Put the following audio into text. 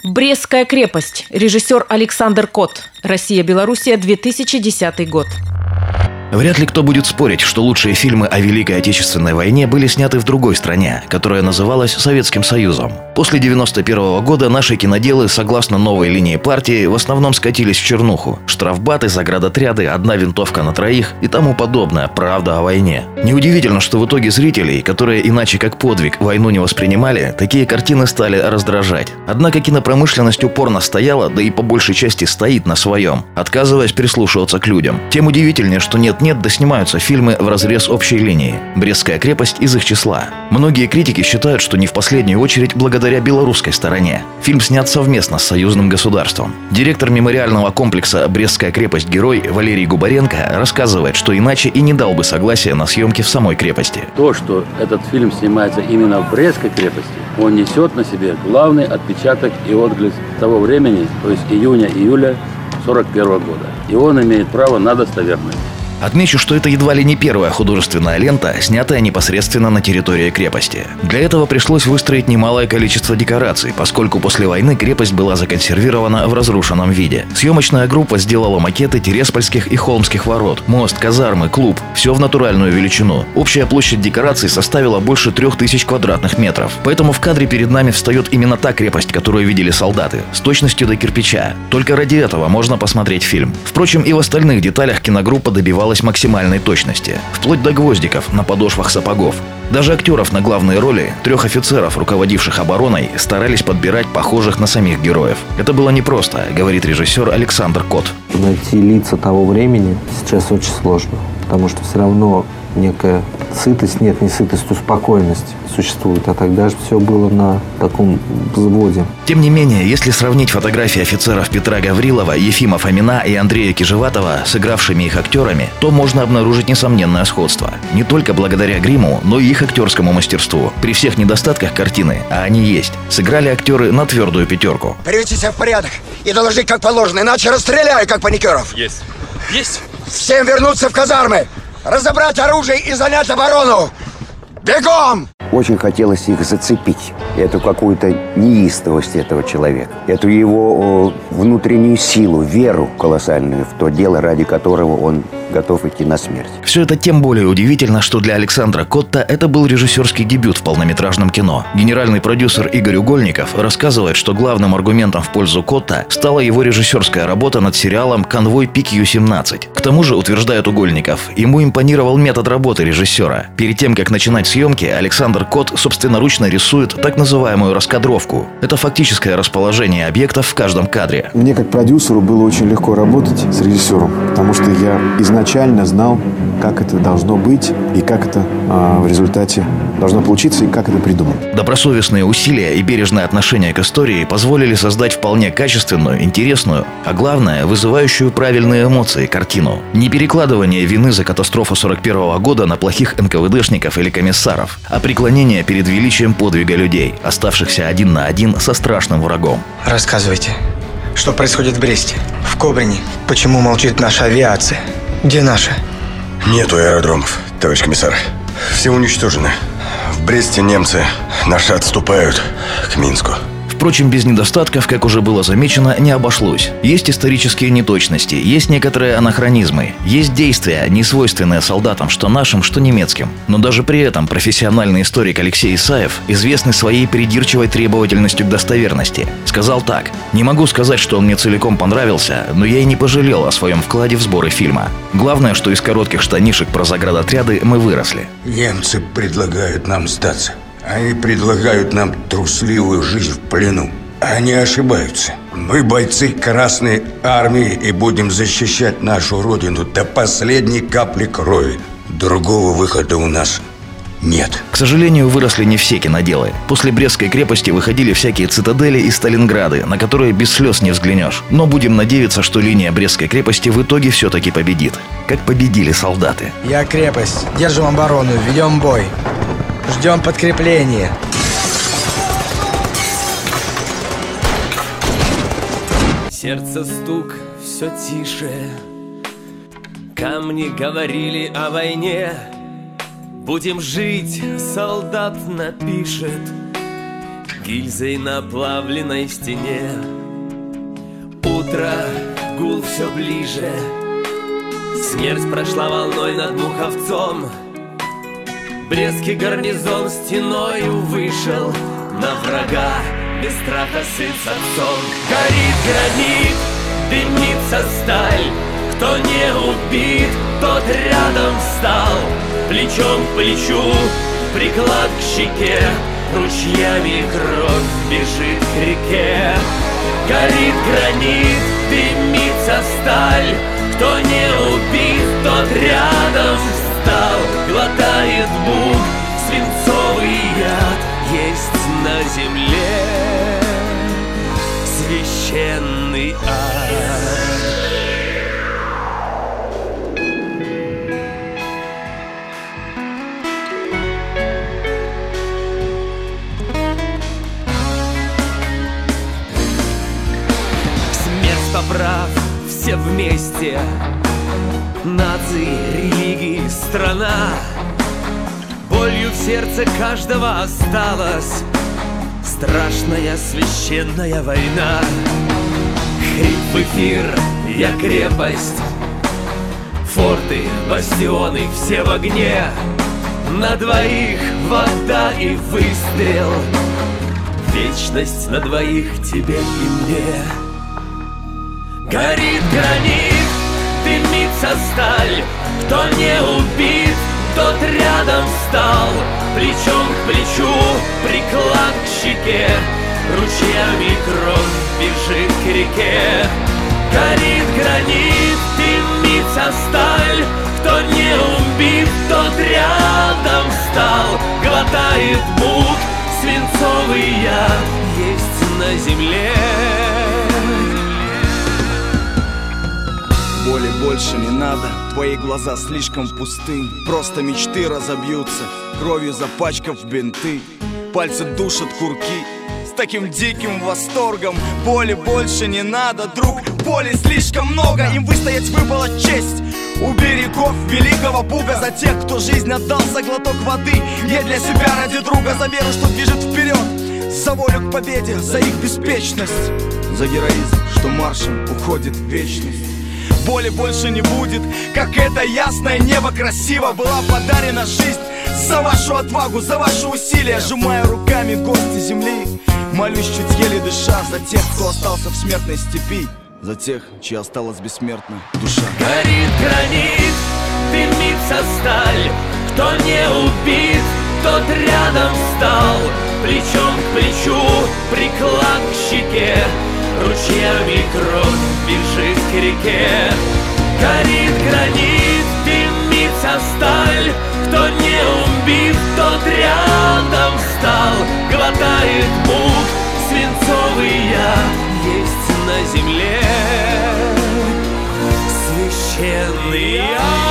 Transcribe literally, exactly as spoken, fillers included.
Брестская крепость. Режиссер Александр Кот. Россия-Белоруссия, две тысячи десятый год. Вряд ли кто будет спорить, что лучшие фильмы о Великой Отечественной войне были сняты в другой стране, которая называлась Советским Союзом. После девяносто первого года наши киноделы, согласно новой линии партии, в основном скатились в чернуху. Штрафбаты, заградотряды, одна винтовка на троих и тому подобное. Правда о войне. Неудивительно, что в итоге зрителей, которые иначе как подвиг войну не воспринимали, такие картины стали раздражать. Однако кинопромышленность упорно стояла, да и по большей части стоит на своем, отказываясь прислушиваться к людям. Тем удивительнее, что нет Нет, да снимаются фильмы вразрез общей линии. «Брестская крепость» из их числа. Многие критики считают, что не в последнюю очередь благодаря белорусской стороне. Фильм снят совместно с союзным государством. Директор мемориального комплекса «Брестская крепость» герой Валерий Губаренко рассказывает, что иначе и не дал бы согласия на съемки в самой крепости. То, что этот фильм снимается именно в Брестской крепости, он несет на себе главный отпечаток и отглядь того времени, то есть июня-июля сорок первого года. И он имеет право на достоверность. Отмечу, что это едва ли не первая художественная лента, снятая непосредственно на территории крепости. Для этого пришлось выстроить немалое количество декораций, поскольку после войны крепость была законсервирована в разрушенном виде. Съемочная группа сделала макеты Тереспольских и Холмских ворот, мост, казармы, клуб – все в натуральную величину. Общая площадь декораций составила больше трех тысяч квадратных метров. Поэтому в кадре перед нами встает именно та крепость, которую видели солдаты, с точностью до кирпича. Только ради этого можно посмотреть фильм. Впрочем, и в остальных деталях киногруппа добивалась максимальной точности, вплоть до гвоздиков на подошвах сапогов. Даже актеров на главные роли, трех офицеров, руководивших обороной, старались подбирать похожих на самих героев. Это было непросто, говорит режиссер Александр Кот. Найти лица того времени сейчас очень сложно, потому что все равно некая сытость, нет, не сытость, успокоенность существует, а тогда же все было на таком взводе. Тем не менее, если сравнить фотографии офицеров Петра Гаврилова, Ефима Фомина и Андрея Кижеватова с игравшими их актерами, то можно обнаружить несомненное сходство. Не только благодаря гриму, но и их актерскому мастерству. При всех недостатках картины, а они есть, сыграли актеры на твердую пятерку. Приведите себя в порядок и доложи как положено, иначе расстреляю, как паникеров. Есть. Есть. Всем вернуться в казармы, разобрать оружие и занять оборону. Бегом! Очень хотелось их зацепить, эту какую-то неистовость этого человека, эту его о, внутреннюю силу, веру колоссальную в то дело, ради которого он готов идти на смерть. Все это тем более удивительно, что для Александра Котта это был режиссерский дебют в полнометражном кино. Генеральный продюсер Игорь Угольников рассказывает, что главным аргументом в пользу Котта стала его режиссерская работа над сериалом «Конвой Пи Кью семнадцать». К тому же, утверждает Угольников, ему импонировал метод работы режиссера. Перед тем, как начинать съемки, Александр Кот собственноручно рисует так называемую раскадровку. Это фактическое расположение объектов в каждом кадре. Мне как продюсеру было очень легко работать с режиссером, потому что я изначально знал, как это должно быть и как это а, в результате должно получиться и как это придумать. Добросовестные усилия и бережное отношение к истории позволили создать вполне качественную, интересную, а главное, вызывающую правильные эмоции картину. Не перекладывание вины за катастрофу сорок первого года на плохих эн ка вэ дэшников или комиссаров, а преклонение перед величием подвига людей, оставшихся один на один со страшным врагом. Рассказывайте, что происходит в Бресте, в Кобрине? Почему молчит наша авиация? Где наша? Нету аэродромов, товарищ комиссар. Все уничтожены. В Бресте немцы наши отступают к Минску. Впрочем, без недостатков, как уже было замечено, не обошлось. Есть исторические неточности, есть некоторые анахронизмы, есть действия, не свойственные солдатам, что нашим, что немецким. Но даже при этом профессиональный историк Алексей Исаев, известный своей придирчивой требовательностью к достоверности, сказал так: «Не могу сказать, что он мне целиком понравился, но я и не пожалел о своем вкладе в сборы фильма. Главное, что из коротких штанишек про заградотряды мы выросли». Немцы предлагают нам сдаться. Они предлагают нам трусливую жизнь в плену. Они ошибаются. Мы бойцы Красной Армии и будем защищать нашу Родину до последней капли крови. Другого выхода у нас нет. К сожалению, выросли не все киноделы. После Брестской крепости выходили всякие цитадели и Сталинграды, на которые без слез не взглянешь. Но будем надеяться, что линия Брестской крепости в итоге все-таки победит. Как победили солдаты. Я крепость. Держим оборону, ведем бой. Ждем подкрепления. Сердце стук все тише. Камни говорили о войне. Будем жить, солдат напишет. гильзой на плавленной стене. Утро, гул все ближе, смерть прошла волной над Муховцом. Брестский гарнизон стеною вышел на врага, без страха сын с отцом. Горит гранит, дымится сталь, кто не убит, тот рядом встал. Плечом к плечу, приклад к щеке, ручьями кровь бежит к реке. Горит гранит, дымится сталь, кто не убит, тот рядом встал. Глотает бук, свинцовый яд есть на земле священный ад. Собрав все вместе, нации, религии, страна, болью в сердце каждого осталась страшная священная война. Хрип в эфир, я крепость, форты, бастионы, все в огне. На двоих вода и выстрел, вечность на двоих тебе и мне. Горит гранит, дымится сталь, кто не убит, тот рядом встал. Плечом к плечу, приклад к щеке, ручьями кровь бежит к реке. Горит гранит, дымится сталь, кто не убит, тот рядом встал. Глотает мук, свинцовый яд есть на земле. Боли больше не надо, твои глаза слишком пусты. Просто мечты разобьются, кровью запачкав бинты. Пальцы душат курки с таким диким восторгом. Боли больше не надо, друг, боли слишком много. Им выстоять выпала честь у берегов великого Буга. За тех, кто жизнь отдал за глоток воды. Не для себя, ради друга, за веру, что движет вперед, за волю к победе, за их беспечность, за героизм, что маршем уходит в вечность. Боли больше не будет, как это ясное небо красиво. Была подарена жизнь за вашу отвагу, за ваши усилия. Сжимая руками гости земли, молюсь, чуть еле дыша, за тех, кто остался в смертной степи, за тех, чья осталась бессмертна душа. Горит гранит, дымится сталь, кто не убит, тот рядом встал. Плечом к плечу, приклад к щеке, ручьями кровь бежит к реке. Горит гранит, дымится сталь, кто не убит, тот рядом встал. Глотает мук, свинцовый яд есть на земле священный яд.